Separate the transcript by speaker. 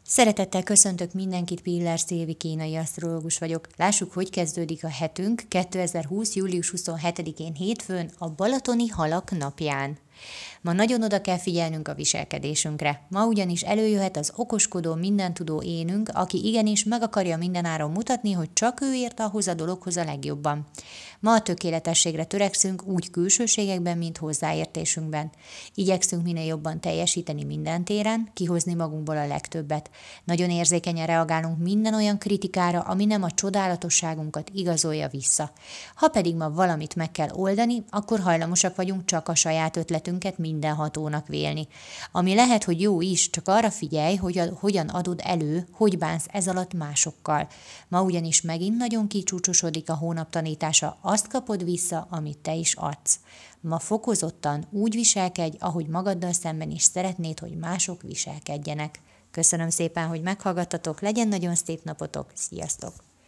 Speaker 1: Szeretettel köszöntök mindenkit, Piller Szilvi kínai asztrológus vagyok. Lássuk, hogy kezdődik a hetünk 2020. július 27-én hétfőn, a balatoni halak napján. Ma nagyon oda kell figyelnünk a viselkedésünkre. Ma ugyanis előjöhet az okoskodó, mindentudó énünk, aki igenis meg akarja mindenáron mutatni, hogy csak ő ért ahhoz a dologhoz a legjobban. Ma a tökéletességre törekszünk úgy külsőségekben, mint hozzáértésünkben. Igyekszünk minél jobban teljesíteni minden téren, kihozni magunkból a legtöbbet. Nagyon érzékenyen reagálunk minden olyan kritikára, ami nem a csodálatosságunkat igazolja vissza. Ha pedig ma valamit meg kell oldani, akkor hajlamosak vagyunk csak a saját ötletünket mindenhatónak vélni. Ami lehet, hogy jó is, csak arra figyelj, hogy hogyan adod elő, hogy bánsz ez alatt másokkal. Ma ugyanis megint nagyon kicsúcsosodik a hónap tanítása, azt kapod vissza, amit te is adsz. Ma fokozottan úgy viselkedj, ahogy magaddal szemben is szeretnéd, hogy mások viselkedjenek. Köszönöm szépen, hogy meghallgattatok, legyen nagyon szép napotok, sziasztok!